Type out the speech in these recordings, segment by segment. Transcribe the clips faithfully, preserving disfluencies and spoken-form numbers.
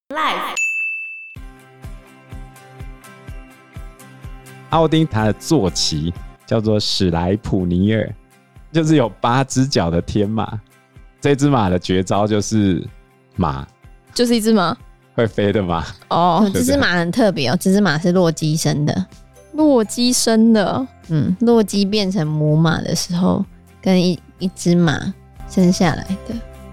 Life。 奥丁他的坐骑叫做史莱普尼尔，就是有八只脚的天马。这只马的绝招就是马， 就是一只马， 会飞的马。 哦， 这只马很特别哦，这只马是洛基生的。 洛基生的， 嗯，洛基变成母马的时候，跟一一只马生下来的。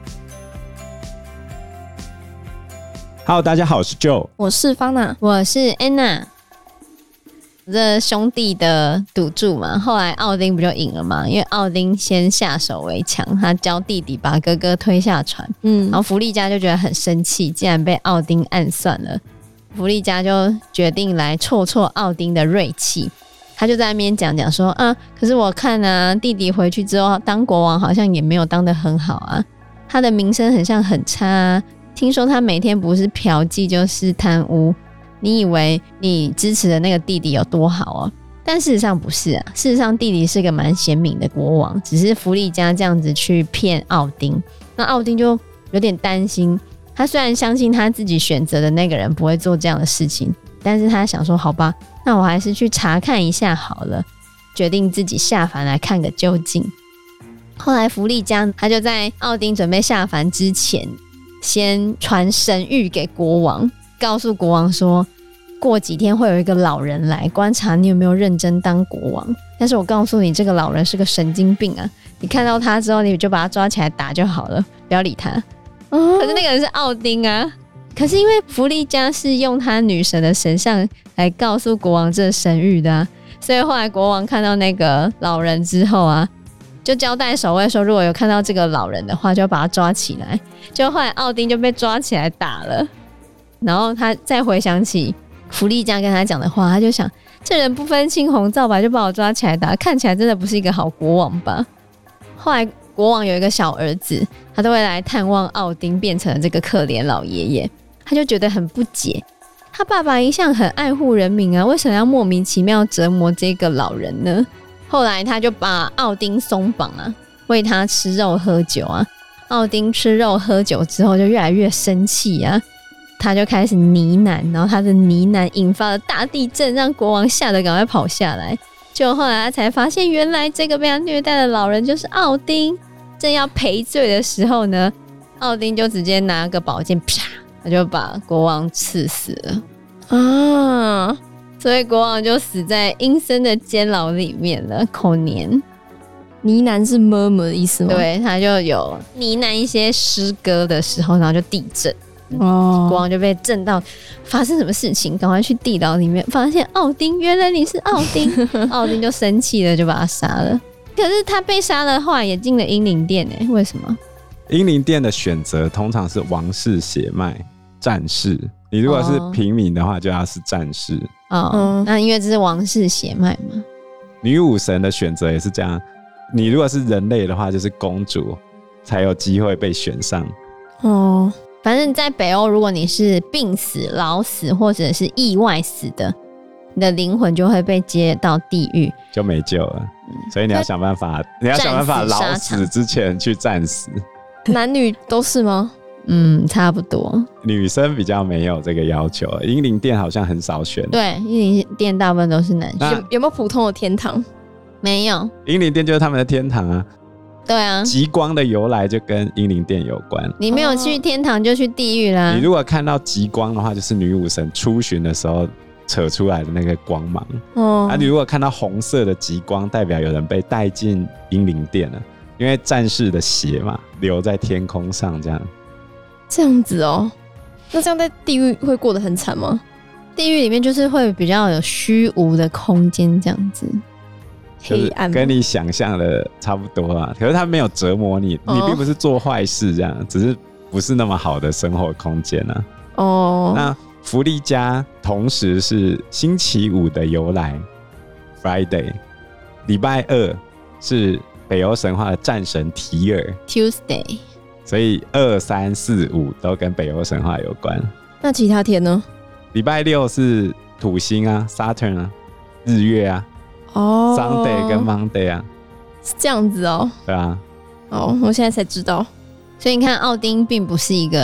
Hello， 大家好，我是 Joe， 我是方娜， 我是 Anna。这兄弟的赌注嘛，后来奥丁不就赢了嘛？因为奥丁先下手为强，他教弟弟把哥哥推下船。嗯，然后弗利嘉就觉得很生气，竟然被奥丁暗算了。弗利嘉就决定来挫挫奥丁的锐气。他就在那边讲讲说啊，可是我看啊，弟弟回去之后当国王好像也没有当得很好啊，他的名声很像很差啊。听说他每天不是嫖妓就是贪污。你以为你支持的那个弟弟有多好哦？但事实上不是啊，事实上弟弟是个蛮贤明的国王，只是弗利嘉这样子去骗奥丁，那奥丁就有点担心。他虽然相信他自己选择的那个人不会做这样的事情，但是他想说好吧，那我还是去查看一下好了，决定自己下凡来看个究竟。后来弗利嘉他就在奥丁准备下凡之前，先传神谕给国王，告诉国王说过几天会有一个老人来观察你有没有认真当国王，但是我告诉你这个老人是个神经病啊，你看到他之后你就把他抓起来打就好了，不要理他。哦、可是那个人是奥丁啊，可是因为弗利嘉是用他女神的神像来告诉国王这神谕的啊，所以后来国王看到那个老人之后啊，就交代守卫说如果有看到这个老人的话就要把他抓起来，就后来奥丁就被抓起来打了。然后他再回想起弗利嘉跟他讲的话，他就想这人不分青红皂白就把我抓起来打，看起来真的不是一个好国王吧。后来国王有一个小儿子，他都会来探望奥丁变成了这个可怜老爷爷，他就觉得很不解，他爸爸一向很爱护人民啊，为什么要莫名其妙折磨这个老人呢？后来他就把奥丁松绑啊，喂他吃肉喝酒啊。奥丁吃肉喝酒之后就越来越生气啊，他就开始呢喃，然后他的呢喃引发了大地震，让国王吓得赶快跑下来。就后来他才发现，原来这个被他虐待的老人就是奥丁。正要赔罪的时候呢，奥丁就直接拿个宝剑，啪，他就把国王刺死了啊！所以国王就死在阴森的监牢里面了，口年。 呢喃是 murmur 的意思吗？ 对，他就有呢喃一些诗歌的时候，然后就地震。 哦， 国王就被震到，发生什么事情？赶快去地牢里面，发现奥丁，原来你是奥丁。奥丁就生气了，就把他杀了。可是他被杀了，后来也进了英灵殿诶，为什么？ 英灵殿的选择通常是王室血脉战士，你如果是平民的话，就要是战士。 哦，嗯、那因为这是王室血脉嘛。 女武神的选择也是这样，你如果是人类的话，就是公主才有机会被选上。 哦。反正在北欧，如果你是病死、老死或者是意外死的，你的灵魂就会被接到地狱， 就没救了。嗯、所以你要想办法，你要想办法老死之前去战死。 男女都是吗？ 嗯，差不多。 女生比较没有这个要求，英灵殿好像很少选。 对，英灵殿大部分都是男生。 有有没有普通的天堂？ 没有， 英灵殿就是他们的天堂啊。 对啊， 极光的由来就跟英灵殿有关。 你没有去天堂就去地狱啦。 你如果看到极光的话，就是女武神出巡的时候扯出来的那个光芒。哦，啊，你如果看到红色的极光，代表有人被带进英灵殿了，因为战士的血嘛，留在天空上这样。 这样子哦，那这样在地狱会过得很惨吗？ 地狱里面就是会比较有虚无的空间这样子。 就是跟你想象的差不多啊，可是他没有折磨你，你并不是做坏事这样，只是不是那么好的生活空间啊。哦，那弗利嘉同时是星期五的由来 ，Friday， 礼拜二是北欧神话的战神提尔 ，Tuesday， 所以二三四五都跟北欧神话有关。 那其他天呢？ 礼拜六是土星啊 ，Saturn 啊，日月啊。 哦、 oh, ，Sunday 跟 Monday 啊， 是这样子哦。 对啊。 哦，我现在才知道。 所以你看，奥丁并不是一个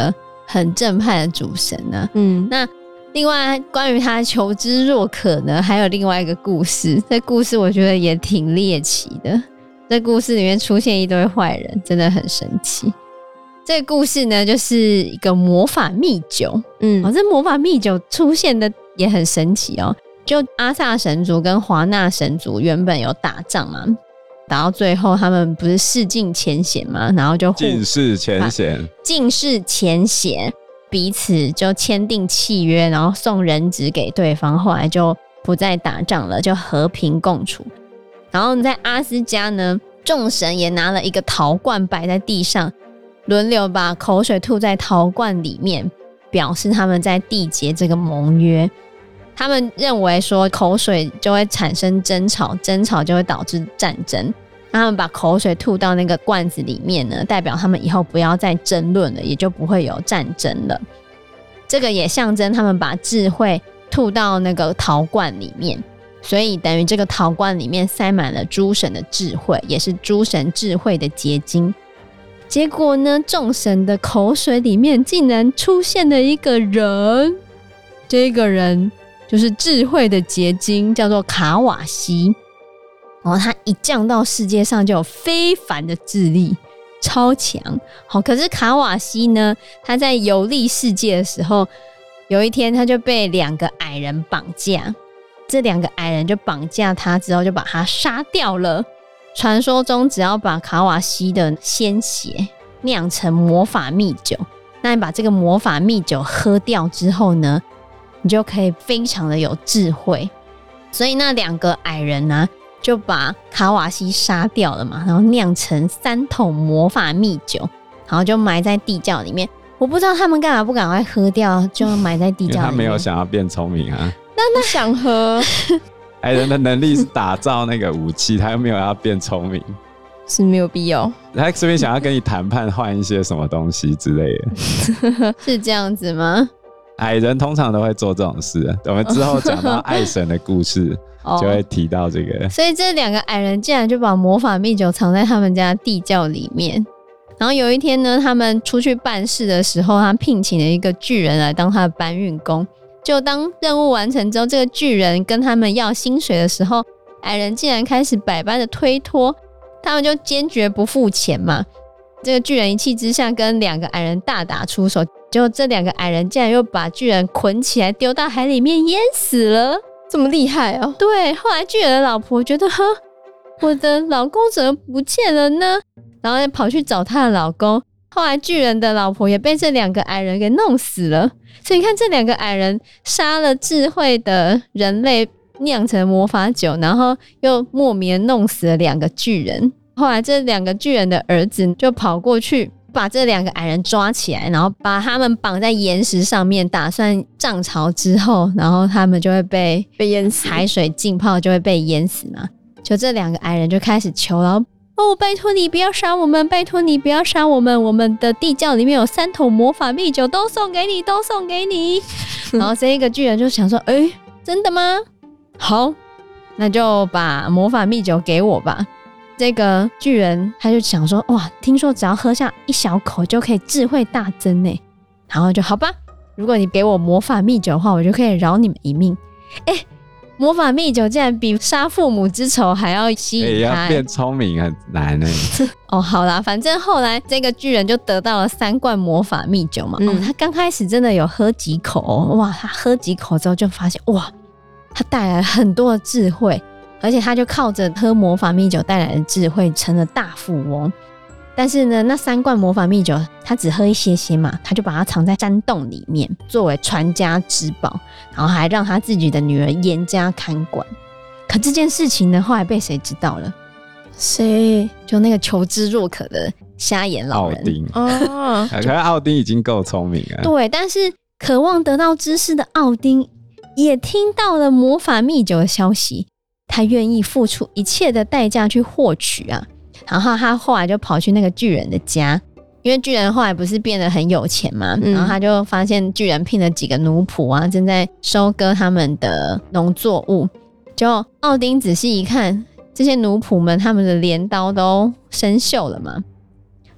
很正派的主神呢、啊。嗯，那另外关于他求知若渴呢，还有另外一个故事。这故事我觉得也挺猎奇的。这故事里面出现一堆坏人，真的很神奇。这个故事呢，就是一个魔法蜜酒。嗯，哦，这魔法蜜酒出现的也很神奇哦。就阿萨神族跟华纳神族原本有打仗嘛，打到最后他们不是势尽前嫌嘛，然后就尽释前嫌， 尽释前嫌，彼此就签订契约，然后送人质给对方，后来就不再打仗了，就和平共处。然后在阿斯加呢，众神也拿了一个陶罐摆在地上，轮流把口水吐在陶罐里面，表示他们在缔结这个盟约。他们认为说口水就会产生争吵，争吵就会导致战争。他们把口水吐到那个罐子里面呢，代表他们以后不要再争论了，也就不会有战争了。这个也象征他们把智慧吐到那个陶罐里面，所以等于这个陶罐里面塞满了诸神的智慧，也是诸神智慧的结晶。结果呢，众神的口水里面竟然出现了一个人，这个人就是智慧的结晶，叫做卡瓦西。然后他一降到世界上就有非凡的智力，超强。好，可是卡瓦西呢，他在游历世界的时候，有一天他就被两个矮人绑架，这两个矮人就绑架他之后就把他杀掉了。传说中只要把卡瓦西的鲜血酿成魔法蜜酒，那你把这个魔法蜜酒喝掉之后呢，你就可以非常的有智慧。所以那两个矮人呢、啊，就把卡瓦西杀掉了嘛，然后酿成三桶魔法蜜酒，然后就埋在地窖里面。我不知道他们干嘛不赶快喝掉，就埋在地窖里面。 他没有想要变聪明啊， 那他想喝。 矮人的能力是打造那个武器，他又没有要变聪明， 是没有必要。 他这边想要跟你谈判，换一些什么东西之类的， 是这样子吗？ 矮人通常都会做这种事。我们之后讲到爱神的故事，就会提到这个。 所以这两个矮人竟然就把魔法蜜酒藏在他们家地窖里面。然后有一天呢，他们出去办事的时候，他聘请了一个巨人来当他的搬运工。就当任务完成之后，这个巨人跟他们要薪水的时候，矮人竟然开始百般的推脱，他们就坚决不付钱嘛。这个巨人一气之下跟两个矮人大打出手，结果这两个矮人竟然又把巨人捆起来丢到海里面淹死了。 这么厉害哦？ 对，后来巨人的老婆觉得，呵，我的老公怎么不见了呢？然后就跑去找他的老公。后来巨人的老婆也被这两个矮人给弄死了。所以你看，这两个矮人杀了智慧的人类，酿成魔法酒，然后又莫名弄死了两个巨人。后来这两个巨人的儿子就跑过去把这两个矮人抓起来，然后把他们绑在岩石上面，打算涨潮之后，然后他们就会被被淹死， 海水浸泡就会被淹死嘛。就这两个矮人就开始求，然后哦，拜托你不要杀我们，拜托你不要杀我们，我们的地窖里面有三桶魔法蜜酒，都送给你，都送给你。然后这一个巨人就想说，哎、欸，真的吗？好，那就把魔法蜜酒给我吧。这个巨人他就想说，哇，听说只要喝下一小口就可以智慧大增耶。然后就好吧，如果你给我魔法蜜酒的话，我就可以饶你们一命。哎、欸，魔法蜜酒竟然比杀父母之仇还要吸引他、欸， 要变聪明很难呢、欸。 哦，好啦，反正后来这个巨人就得到了三罐魔法蜜酒嘛。嗯、哦，他刚开始真的有喝几口、哦，哇，他喝几口之后就发现，哇，他带来了很多的智慧。而且他就靠着喝魔法蜜酒带来的智慧成了大富翁。但是呢，那三罐魔法蜜酒他只喝一些些嘛，他就把它藏在山洞里面作为传家之宝，然后还让他自己的女儿严加看管。可这件事情呢，后来被谁知道了？ 谁？ 就那个求知若渴的瞎眼老人奥丁哦。可是奥丁已经够聪明了。 对，但是渴望得到知识的奥丁也听到了魔法蜜酒的消息，他愿意付出一切的代价去获取啊。然后他后来就跑去那个巨人的家，因为巨人后来不是变得很有钱嘛、嗯、然后他就发现巨人聘了几个奴仆啊，正在收割他们的农作物。就奥丁仔细一看，这些奴仆们他们的镰刀都生锈了嘛。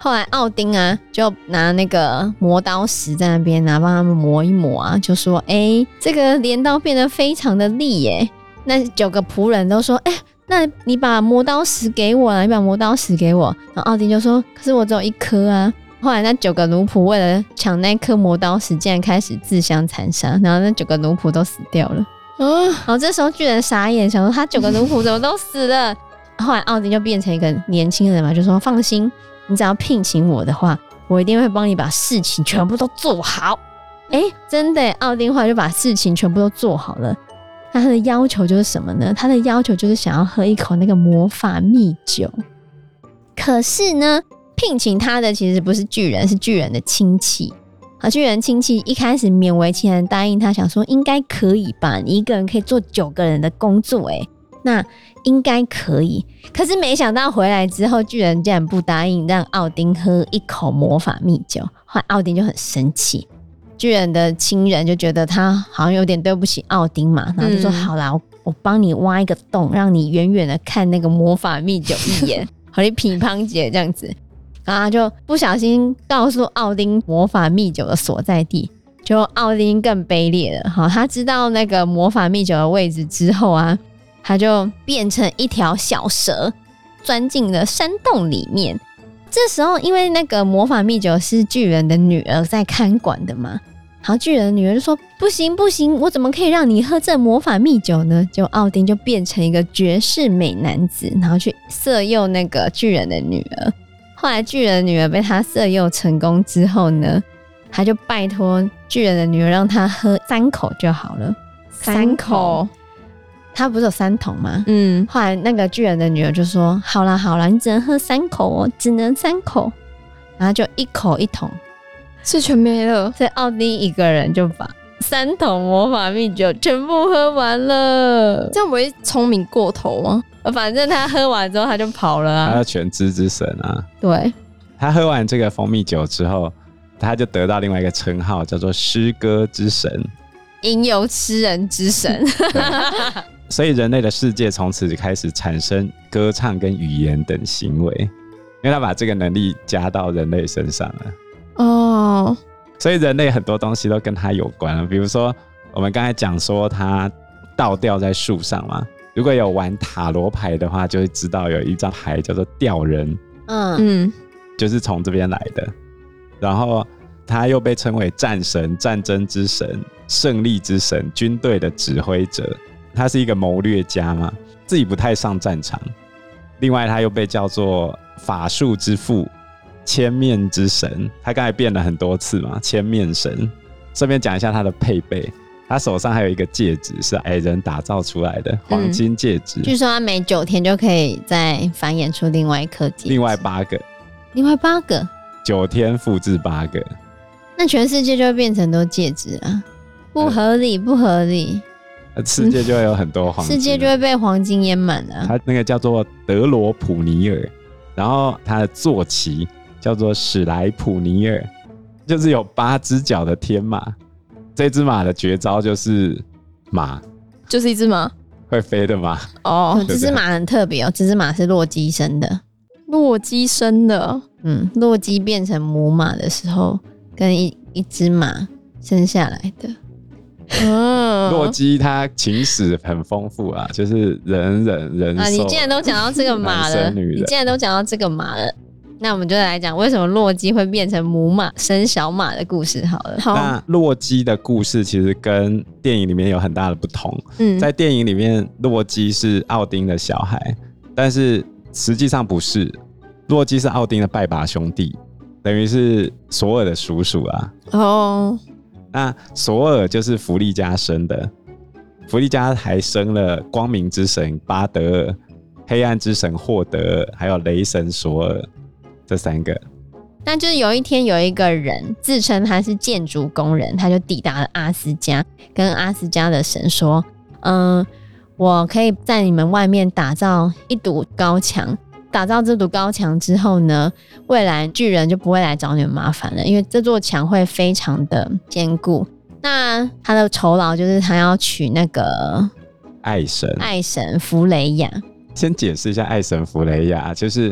后来奥丁啊，就拿那个磨刀石在那边啊，帮他们磨一磨啊，就说：“哎、欸，这个镰刀变得非常的利耶。”那九个仆人都说：“哎、欸，那你把磨刀石给我啊，你把磨刀石给我。”然后奥丁就说：“可是我只有一颗啊。”后来那九个奴仆为了抢那颗磨刀石，竟然开始自相残杀，然后那九个奴仆都死掉了。嗯，然后这时候巨人傻眼，想说他九个奴仆怎么都死了？后来奥丁就变成一个年轻人嘛，就说：“放心。”你只要聘请我的话，我一定会帮你把事情全部都做好。哎、欸，真的耶，奥丁后来就把事情全部都做好了。那他的要求就是什么呢？他的要求就是想要喝一口那个魔法蜜酒。可是呢，聘请他的其实不是巨人，是巨人的亲戚。啊，巨人亲戚一开始勉为其难答应他，想说应该可以吧，你一个人可以做九个人的工作，哎，那应该可以。可是没想到回来之后，巨人竟然不答应让奥丁喝一口魔法蜜酒。后来奥丁就很生气，巨人的亲人就觉得他好像有点对不起奥丁嘛，然后就说、嗯、好啦，我帮你挖一个洞，让你远远的看那个魔法蜜酒一眼，好像乒乓姐这样子。然后他就不小心告诉奥丁魔法蜜酒的所在地，就奥丁更卑劣了。好，他知道那个魔法蜜酒的位置之后啊，他就变成一条小蛇，钻进了山洞里面。这时候，因为那个魔法蜜酒是巨人的女儿在看管的嘛，好，巨人的女儿就说：“不行不行，我怎么可以让你喝这魔法蜜酒呢？”就奥丁就变成一个绝世美男子，然后去色诱那个巨人的女儿。后来巨人的女儿被他色诱成功之后呢，他就拜托巨人的女儿让他喝三口就好了。 三口， 他不是有三桶吗？ 嗯。 后来那个巨人的女儿就说：“好啦好啦，你只能喝三口哦，只能三口。”然后就一口一桶， 是全没了。 所以奥丁一个人就把三桶魔法蜜酒全部喝完了。 这样不会聪明过头吗？ 反正他喝完之后他就跑了啊， 他叫全知之神啊。 对， 他喝完这个蜂蜜酒之后，他就得到另外一个称号，叫做诗歌之神， 吟游诗人之神。 所以人类的世界从此开始产生歌唱跟语言等行为，因为他把这个能力加到人类身上了。 哦， 所以人类很多东西都跟他有关了，比如说我们刚才讲说他倒吊在树上嘛。如果有玩塔罗牌的话，就会知道有一张牌叫做吊人， 嗯嗯， 就是从这边来的。然后他又被称为战神、战争之神、胜利之神、军队的指挥者。他是一个谋略家嘛，自己不太上战场。另外，他又被叫做法术之父、千面之神。他刚才变了很多次嘛，千面神。顺便讲一下他的配备。他手上还有一个戒指，是矮人打造出来的黄金戒指、嗯、 据说他每九天就可以再繁衍出另外一颗戒指， 另外八个另外八个九天复制八个， 那全世界就会变成都戒指啊，不合理不合理， 世界就会有很多黄金、嗯、 世界就会被黄金淹满了。 他那个叫做德罗普尼尔，然后他的坐骑叫做史莱普尼尔，就是有八只脚的天马。这只马的绝招就是马， 就是一只马， 会飞的马。 哦，这只马很特别哦，这只马是洛基生的。 洛基生的， 嗯，洛基变成母马的时候，跟一一只马生下来的。 嗯， 洛基他情史很丰富啊，就是人人人兽啊。 你既然都讲到这个马了，你既然都讲到这个马了。那我们就来讲为什么洛基会变成母马生小马的故事好了。 好， 那洛基的故事其实跟电影里面有很大的不同。嗯，在电影里面，洛基是奥丁的小孩，但是实际上不是，洛基是奥丁的拜把兄弟，等于是索尔的叔叔啊。 哦， 那索尔就是弗利加生的，弗利加还生了光明之神巴德尔、黑暗之神霍德尔，还有雷神索尔。这三个， 那就是有一天有一个人自称他是建筑工人，他就抵达了阿斯加，跟阿斯加的神说：“嗯，我可以在你们外面打造一堵高墙，打造这堵高墙之后呢，未来巨人就不会来找你们麻烦了，因为这座墙会非常的坚固。”那他的酬劳就是他要娶那个爱神， 爱神弗雷亚。 先解释一下爱神弗雷亚，就是。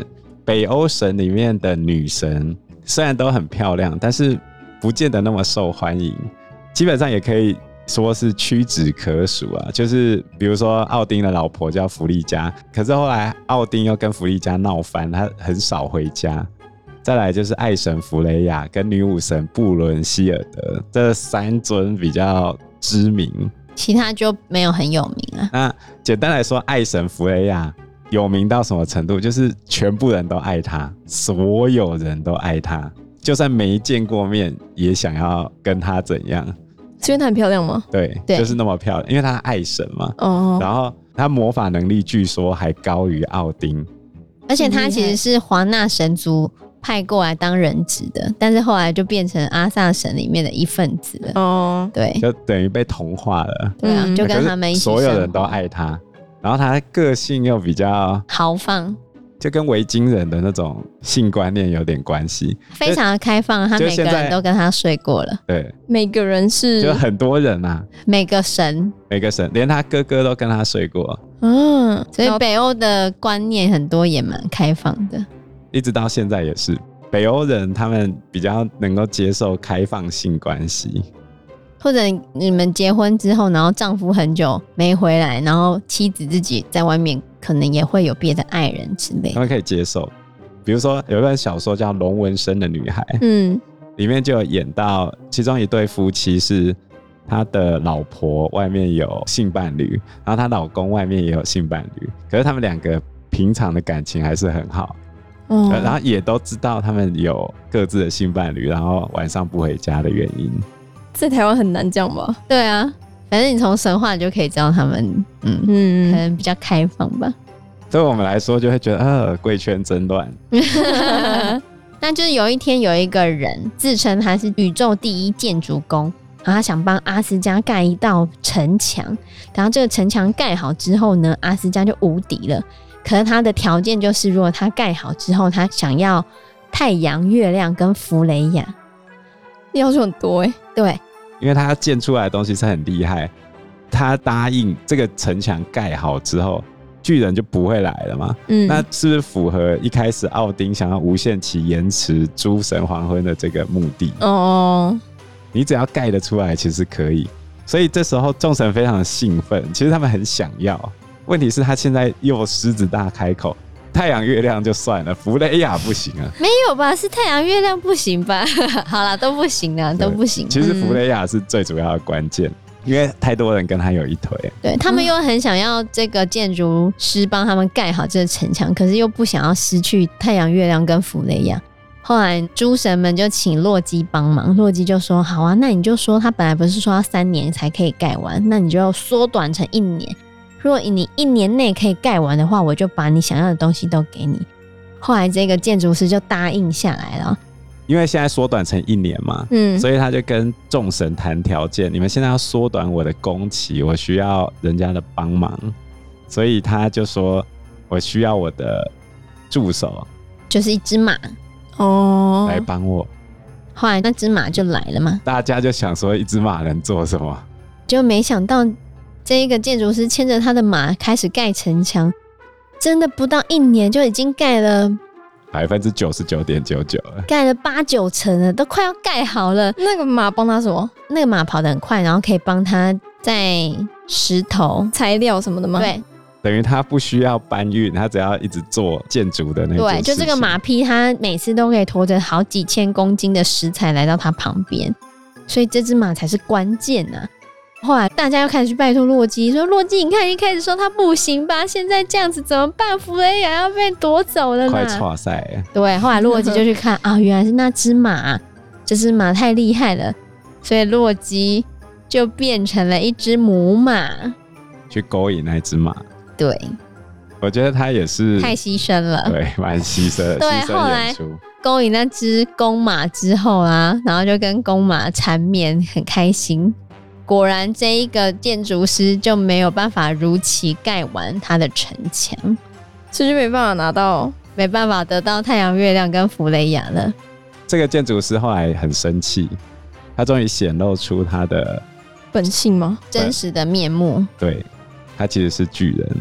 北欧神里面的女神虽然都很漂亮，但是不见得那么受欢迎，基本上也可以说是屈指可数啊。就是比如说奥丁的老婆叫弗利嘉，可是后来奥丁又跟弗利嘉闹翻，他很少回家。再来就是爱神弗雷亚跟女武神布伦希尔德，这三尊比较知名， 其他就没有很有名啊。 那简单来说，爱神弗雷亚有名到什么程度？就是全部人都爱她，所有人都爱她，就算没见过面也想要跟她怎样。 是因为她很漂亮吗？ 对, 对就是那么漂亮，因为她爱神嘛。哦。然后她魔法能力据说还高于奥丁， 而且她其实是华纳神族派过来当人质的，但是后来就变成阿萨神里面的一份子了。哦，对， 就等于被同化了。 对啊，就跟他们一起生活， 所有人都爱他，然后他个性又比较豪放， 就跟维京人的那种性观念有点关系， 非常的开放。他每个人都跟他睡过了。 对， 每个人是就很多人啊， 每个神， 每个神，连他哥哥都跟他睡过。 嗯，所以北欧的观念很多也蛮开放的。 一直到现在也是，北欧人他们比较能够接受开放性关系， 或者你们结婚之后，然后丈夫很久没回来，然后妻子自己在外面可能也会有别的爱人之类的， 他们可以接受。比如说有一本小说叫《龙纹身的女孩》，嗯，里面就有演到其中一对夫妻是他的老婆外面有性伴侣，然后他老公外面也有性伴侣，可是他们两个平常的感情还是很好。嗯、然后也都知道他们有各自的性伴侣，然后晚上不回家的原因。 在台湾很难讲吧？ 对啊，反正你从神话你就可以知道他们，嗯嗯，可能比较开放吧。 对我们来说就会觉得，呃，贵圈真乱。 那就是有一天有一个人自称他是宇宙第一建筑工，然后他想帮阿斯加盖一道城墙，然后这个城墙盖好之后呢，阿斯加就无敌了。可是他的条件就是，如果他盖好之后，他想要太阳、月亮跟弗雷亚， 要求很多哎、欸。 对， 因为他建出来的东西是很厉害，他答应这个城墙盖好之后，巨人就不会来了嘛。嗯，那是不是符合一开始奥丁想要无限期延迟诸神黄昏的这个目的？哦，你只要盖得出来，其实可以。所以这时候众神非常的兴奋，其实他们很想要。问题是他现在又狮子大开口，太阳月亮就算了，弗雷亚不行啊。 没有吧，是太阳月亮不行吧？好啦，都不行啊，都不行。 其实弗雷亚是最主要的关键、嗯、因为太多人跟他有一腿。 对，他们又很想要这个建筑师帮他们盖好这个城墙，可是又不想要失去太阳月亮跟弗雷亚。后来诸神们就请洛基帮忙，洛基就说好啊，那你就说他本来不是说要三年才可以盖完，那你就缩短成一年，如果你一年内可以盖完的话，我就把你想要的东西都给你。后来这个建筑师就答应下来了， 因为现在缩短成一年嘛，嗯，所以他就跟众神谈条件，你们现在要缩短我的工期，我需要人家的帮忙，所以他就说我需要我的助手， 就是一只马哦， 来帮我。 后来那只马就来了嘛， 大家就想说一只马能做什么， 就没想到这一个建筑师牵着他的马开始盖城墙，真的不到一年就已经盖了百分之九十九点九九了， 盖了八九成了，都快要盖好了。 那个马帮他什么？ 那个马跑得很快，然后可以帮他在石头、 材料什么的吗？ 对， 等于他不需要搬运，他只要一直做建筑的那种。 对，就这个马匹，他每次都可以驮着好几千公斤的石材来到他旁边，所以这只马才是关键啊。后来大家又开始去拜托洛基，说洛基，你看一开始说他不行吧，现在这样子怎么办？弗雷亚要被夺走了呢， 快挫赛了。 对，后来洛基就去看啊，原来是那只马，这只马太厉害了，所以洛基就变成了一只母马， 去勾引那只马。 对， 我觉得他也是太牺牲了， 对，蛮牺牲的。 对，后来勾引那只公马之后啊，然后就跟公马缠绵，很开心。果然这一个建筑师就没有办法如期盖完他的城墙， 所以就没办法拿到， 没办法得到太阳月亮跟弗雷亚了。 这个建筑师后来很生气，他终于显露出他的本性吗？ 真实的面目。 对，他其实是巨人。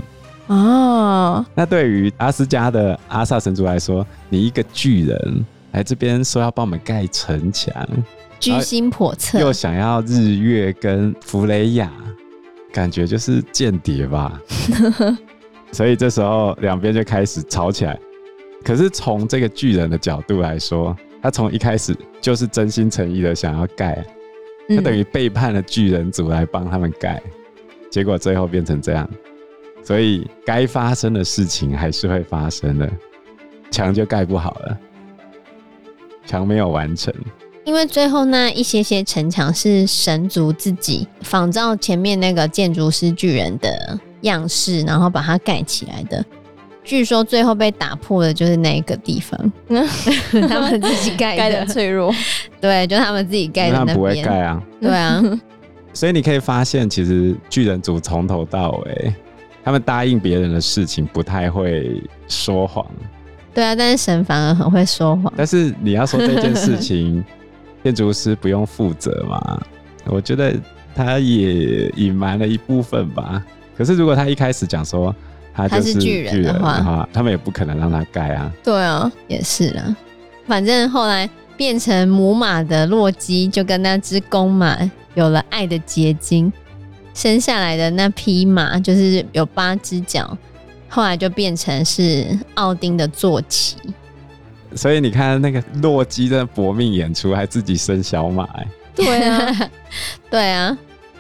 哦， 那对于阿斯加的阿萨神族来说，你一个巨人来这边说要帮我们盖城墙， 居心叵测， 又想要日月跟弗雷亚，感觉就是间谍吧。所以这时候两边就开始吵起来。可是从这个巨人的角度来说，他从一开始就是真心诚意的想要盖，他等于背叛了巨人族来帮他们盖，结果最后变成这样。所以该发生的事情还是会发生的，墙就盖不好了，墙没有完成。 因为最后那一些些城墙是神族自己仿照前面那个建筑师巨人的样式，然后把它盖起来的。据说最后被打破的就是那个地方，他们自己盖的， 盖的脆弱。 对，就他们自己盖的那边。 他们不会盖啊。 对啊。 所以你可以发现，其实巨人族从头到尾，他们答应别人的事情不太会说谎。 对啊，但是神反而很会说谎。 但是你要说这件事情，建筑师不用负责嘛？我觉得他也隐瞒了一部分吧。可是如果他一开始讲说他就是巨人的话，他们也不可能让他盖啊。 对啊， 也是啦。反正后来变成母马的洛基就跟那只公马有了爱的结晶，生下来的那匹马就是有八只脚，后来就变成是奥丁的坐骑。 所以你看那个洛基真的搏命演出，还自己生小马、欸、 对啊对啊。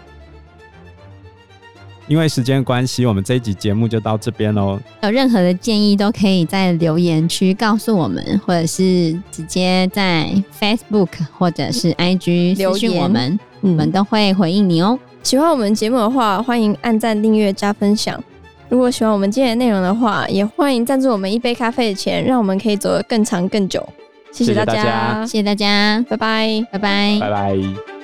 因为时间关系，我们这一集节目就到这边咯。 有任何的建议都可以在留言区告诉我们，或者是直接在 Facebook 或者是 I G 私讯我们，我们都会回应你哦。 喜欢我们节目的话，欢迎按赞、订阅、加分享。如果喜欢我们今天的内容的话，也欢迎赞助我们一杯咖啡的钱，让我们可以走得更长更久。谢谢大家， 谢谢大家， 拜拜， 拜拜， 拜拜。